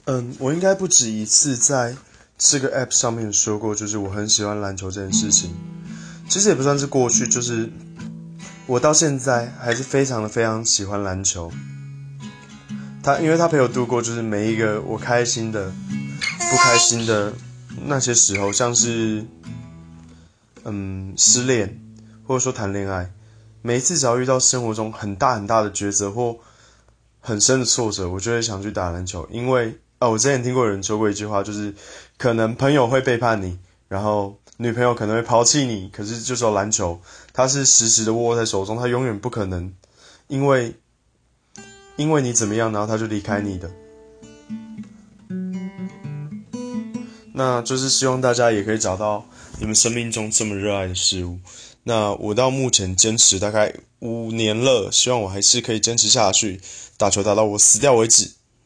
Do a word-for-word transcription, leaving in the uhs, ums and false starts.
嗯，我应该不止一次在这个 app 上面说过，就是我很喜欢篮球这件事情。其实也不算是过去，就是我到现在还是非常的非常喜欢篮球。他因为他陪我度过就是每一个我开心的、不开心的那些时候，像是嗯失恋，或者说谈恋爱，每一次只要遇到生活中很大很大的抉择或很深的挫折，我就会想去打篮球。因为哦，我之前听过有人说过一句话，就是可能朋友会背叛你，然后女朋友可能会抛弃你，可是就只有篮球，它是实时的握在手中，它永远不可能因为因为你怎么样，然后他就离开你的。那就是希望大家也可以找到你们生命中这么热爱的事物。那我到目前坚持大概五年了，希望我还是可以坚持下去，打球打到我死掉为止。